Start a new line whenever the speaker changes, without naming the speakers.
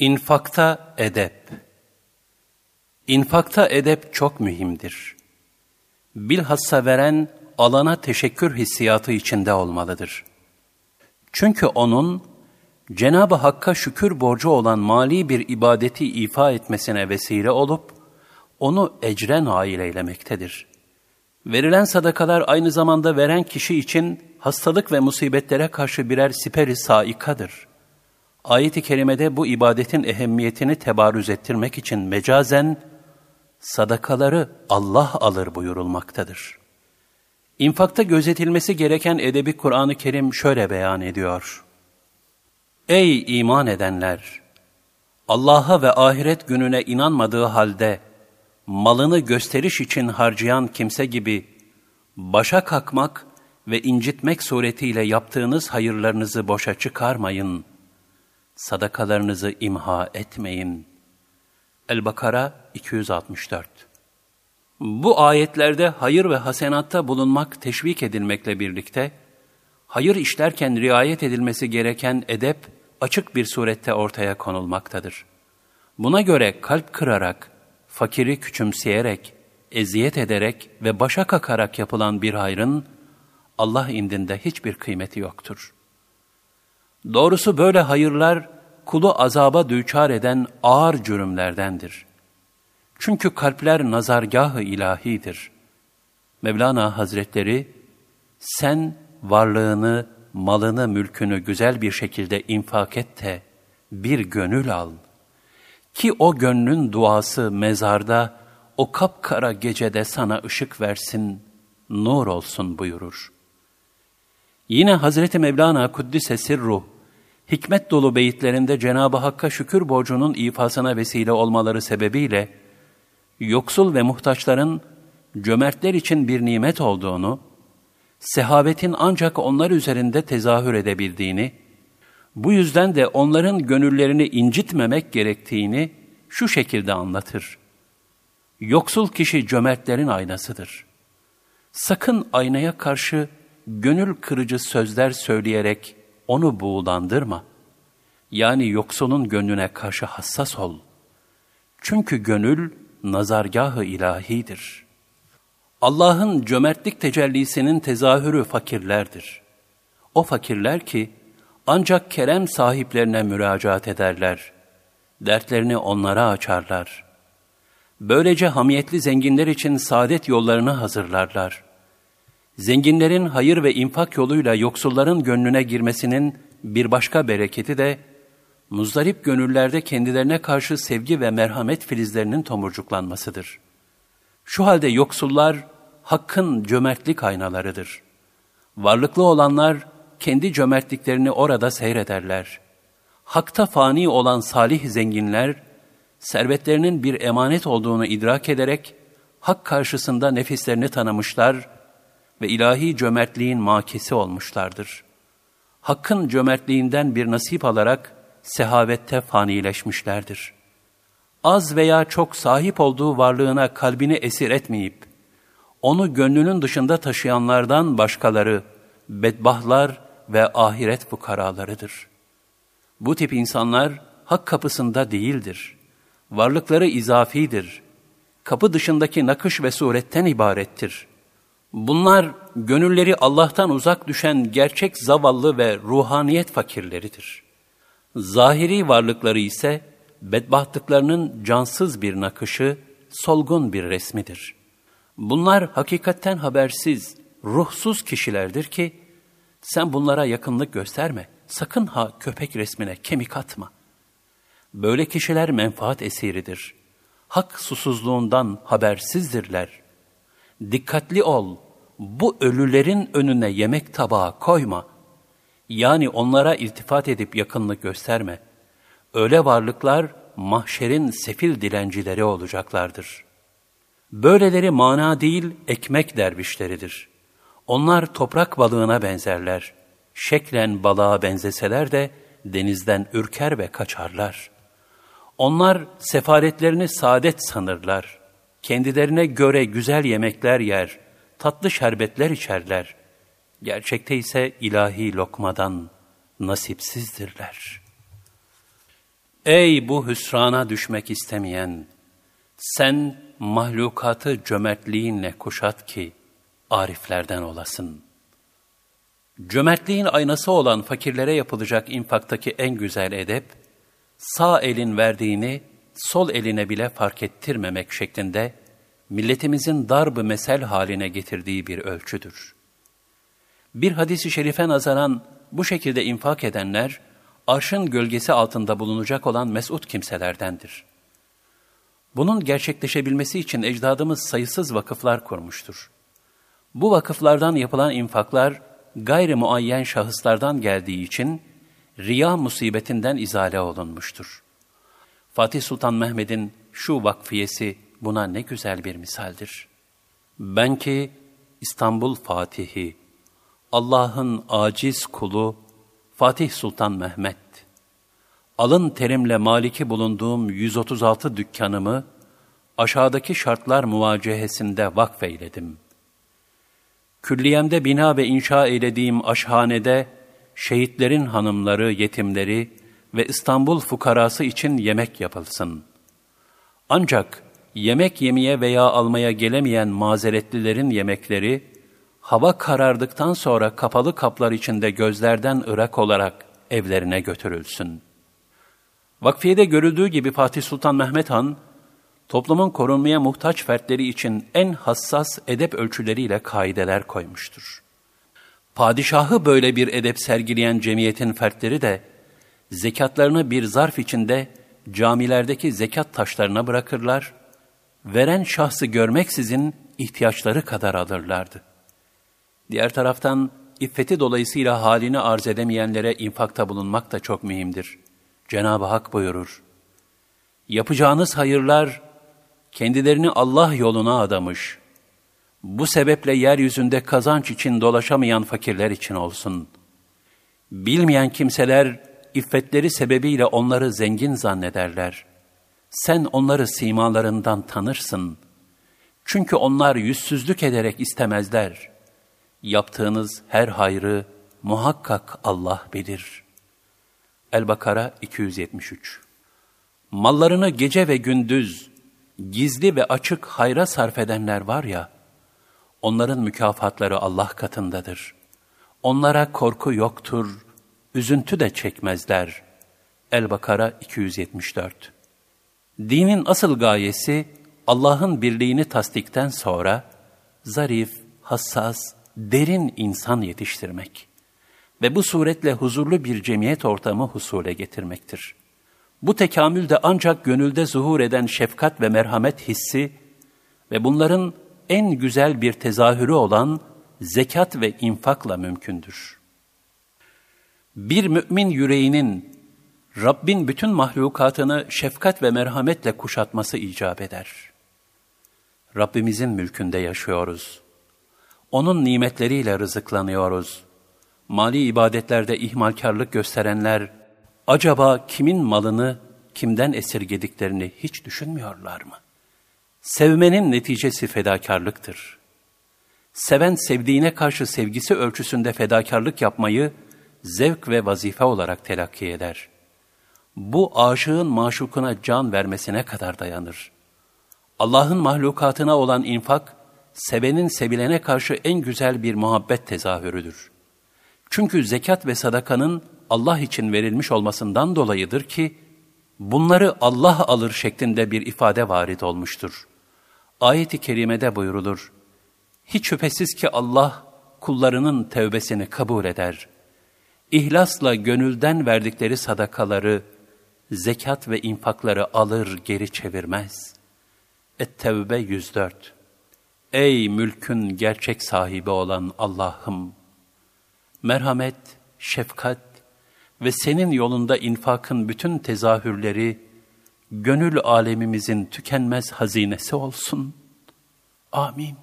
İnfakta edep. İnfakta edep çok mühimdir. Bilhassa veren, alana teşekkür hissiyatı içinde olmalıdır. Çünkü onun, Cenab-ı Hakk'a şükür borcu olan mali bir ibadeti ifa etmesine vesile olup, onu ecre nail eylemektedir. Verilen sadakalar aynı zamanda veren kişi için hastalık ve musibetlere karşı birer siper-i saikadır. Ayet-i kerimede bu ibadetin ehemmiyetini tebarüz ettirmek için mecazen, sadakaları Allah alır buyurulmaktadır. İnfakta gözetilmesi gereken edebi Kur'an-ı Kerim şöyle beyan ediyor. Ey iman edenler! Allah'a ve ahiret gününe inanmadığı halde, malını gösteriş için harcayan kimse gibi, başa kalkmak ve incitmek suretiyle yaptığınız hayırlarınızı boşa çıkarmayın. Sadakalarınızı imha etmeyin. El-Bakara 264. Bu ayetlerde hayır ve hasenatta bulunmak teşvik edilmekle birlikte, hayır işlerken riayet edilmesi gereken edep açık bir surette ortaya konulmaktadır. Buna göre kalp kırarak, fakiri küçümseyerek, eziyet ederek ve başa kakarak yapılan bir hayrın, Allah indinde hiçbir kıymeti yoktur. Doğrusu böyle hayırlar, kulu azaba düçar eden ağır cürümlerdendir. Çünkü kalpler nazargâh-ı ilahidir. Mevlana Hazretleri, sen varlığını, malını, mülkünü güzel bir şekilde infak et de bir gönül al. Ki o gönlün duası mezarda, o kapkara gecede sana ışık versin, nur olsun buyurur. Yine Hazreti Mevlana Kuddise Sirruh, hikmet dolu beyitlerinde Cenab-ı Hakk'a şükür borcunun ifasına vesile olmaları sebebiyle, yoksul ve muhtaçların cömertler için bir nimet olduğunu, sehavetin ancak onlar üzerinde tezahür edebildiğini, bu yüzden de onların gönüllerini incitmemek gerektiğini şu şekilde anlatır. Yoksul kişi cömertlerin aynasıdır. Sakın aynaya karşı gönül kırıcı sözler söyleyerek onu buğulandırma. Yani yoksulun gönlüne karşı hassas ol. Çünkü gönül nazargâh-ı ilahidir. Allah'ın cömertlik tecellisinin tezahürü fakirlerdir. O fakirler ki ancak kerem sahiplerine müracaat ederler. Dertlerini onlara açarlar. Böylece hamiyetli zenginler için saadet yollarını hazırlarlar. Zenginlerin hayır ve infak yoluyla yoksulların gönlüne girmesinin bir başka bereketi de, muzdarip gönüllerde kendilerine karşı sevgi ve merhamet filizlerinin tomurcuklanmasıdır. Şu halde yoksullar, Hakk'ın cömertlik aynalarıdır. Varlıklı olanlar, kendi cömertliklerini orada seyrederler. Hak'ta fani olan salih zenginler, servetlerinin bir emanet olduğunu idrak ederek, Hak karşısında nefislerini tanımışlar ve ilahi cömertliğin makesi olmuşlardır. Hakkın cömertliğinden bir nasip alarak, sehavette fanileşmişlerdir. Az veya çok sahip olduğu varlığına kalbini esir etmeyip, onu gönlünün dışında taşıyanlardan başkaları, bedbahtlar ve ahiret fukaralarıdır. Bu tip insanlar, hak kapısında değildir. Varlıkları izafidir. Kapı dışındaki nakış ve suretten ibarettir. Bunlar, gönülleri Allah'tan uzak düşen gerçek zavallı ve ruhaniyet fakirleridir. Zahiri varlıkları ise, bedbahtlıklarının cansız bir nakışı, solgun bir resmidir. Bunlar hakikatten habersiz, ruhsuz kişilerdir ki, sen bunlara yakınlık gösterme, sakın ha köpek resmine kemik atma. Böyle kişiler menfaat esiridir. Hak susuzluğundan habersizdirler. Dikkatli ol, bu ölülerin önüne yemek tabağı koyma. Yani onlara iltifat edip yakınlık gösterme. Öyle varlıklar mahşerin sefil dilencileri olacaklardır. Böyleleri mana değil, ekmek dervişleridir. Onlar toprak balığına benzerler. Şeklen balığa benzeseler de denizden ürker ve kaçarlar. Onlar sefaretlerini saadet sanırlar. Kendilerine göre güzel yemekler yer, tatlı şerbetler içerler. Gerçekte ise ilahi lokmadan nasipsizdirler. Ey bu hüsrana düşmek istemeyen, sen mahlukatı cömertliğinle kuşat ki ariflerden olasın. Cömertliğin aynası olan fakirlere yapılacak infaktaki en güzel edep, sağ elin verdiğini sol eline bile fark ettirmemek şeklinde milletimizin darb-ı mesel haline getirdiği bir ölçüdür. Bir hadis-i şerife nazaran bu şekilde infak edenler, arşın gölgesi altında bulunacak olan mesut kimselerdendir. Bunun gerçekleşebilmesi için ecdadımız sayısız vakıflar kurmuştur. Bu vakıflardan yapılan infaklar, gayri muayyen şahıslardan geldiği için, riya musibetinden izale olunmuştur. Fatih Sultan Mehmet'in şu vakfiyesi buna ne güzel bir misaldir. Ben ki İstanbul Fatihi, Allah'ın aciz kulu Fatih Sultan Mehmet, alın terimle maliki bulunduğum 136 dükkanımı aşağıdaki şartlar muvacehesinde vakfeyledim. Külliyemde bina ve inşa eylediğim aşhanede şehitlerin hanımları, yetimleri ve İstanbul fukarası için yemek yapılsın. Ancak yemek yemeye veya almaya gelemeyen mazeretlilerin yemekleri, hava karardıktan sonra kapalı kaplar içinde gözlerden ırak olarak evlerine götürülsün. Vakfiyede görüldüğü gibi Fatih Sultan Mehmet Han, toplumun korunmaya muhtaç fertleri için en hassas edep ölçüleriyle kaideler koymuştur. Padişahı böyle bir edep sergileyen cemiyetin fertleri de, zekatlarını bir zarf içinde camilerdeki zekat taşlarına bırakırlar, veren şahsı görmeksizin ihtiyaçları kadar alırlardı. Diğer taraftan, iffeti dolayısıyla halini arz edemeyenlere infakta bulunmak da çok mühimdir. Cenab-ı Hak buyurur, yapacağınız hayırlar, kendilerini Allah yoluna adamış, bu sebeple yeryüzünde kazanç için dolaşamayan fakirler için olsun. Bilmeyen kimseler, iffetleri sebebiyle onları zengin zannederler. Sen onları simalarından tanırsın. Çünkü onlar yüzsüzlük ederek istemezler. Yaptığınız her hayrı muhakkak Allah bilir. El-Bakara 273. Mallarını gece ve gündüz, gizli ve açık hayra sarf edenler var ya, onların mükafatları Allah katındadır. Onlara korku yoktur, üzüntü de çekmezler. El-Bakara 274. Dinin asıl gayesi, Allah'ın birliğini tasdikten sonra, zarif, hassas, derin insan yetiştirmek ve bu suretle huzurlu bir cemiyet ortamı husule getirmektir. Bu tekamül de ancak gönülde zuhur eden şefkat ve merhamet hissi ve bunların en güzel bir tezahürü olan zekat ve infakla mümkündür. Bir mümin yüreğinin Rabbin bütün mahlukatını şefkat ve merhametle kuşatması icap eder. Rabbimizin mülkünde yaşıyoruz. Onun nimetleriyle rızıklanıyoruz. Mali ibadetlerde ihmalkarlık gösterenler, acaba kimin malını kimden esirgediklerini hiç düşünmüyorlar mı? Sevmenin neticesi fedakarlıktır. Seven sevdiğine karşı sevgisi ölçüsünde fedakarlık yapmayı zevk ve vazife olarak telakki eder. Bu aşığın maşukuna can vermesine kadar dayanır. Allah'ın mahlukatına olan infak, sevenin sevilene karşı en güzel bir muhabbet tezahürüdür. Çünkü zekat ve sadakanın Allah için verilmiş olmasından dolayıdır ki, bunları Allah alır şeklinde bir ifade varid olmuştur. Ayet-i kerimede buyrulur, hiç şüphesiz ki Allah kullarının tevbesini kabul eder. İhlasla gönülden verdikleri sadakaları, zekat ve infakları alır geri çevirmez. Et-Tevbe 104. Ey mülkün gerçek sahibi olan Allah'ım! Merhamet, şefkat ve senin yolunda infakın bütün tezahürleri, gönül alemimizin tükenmez hazinesi olsun. Amin.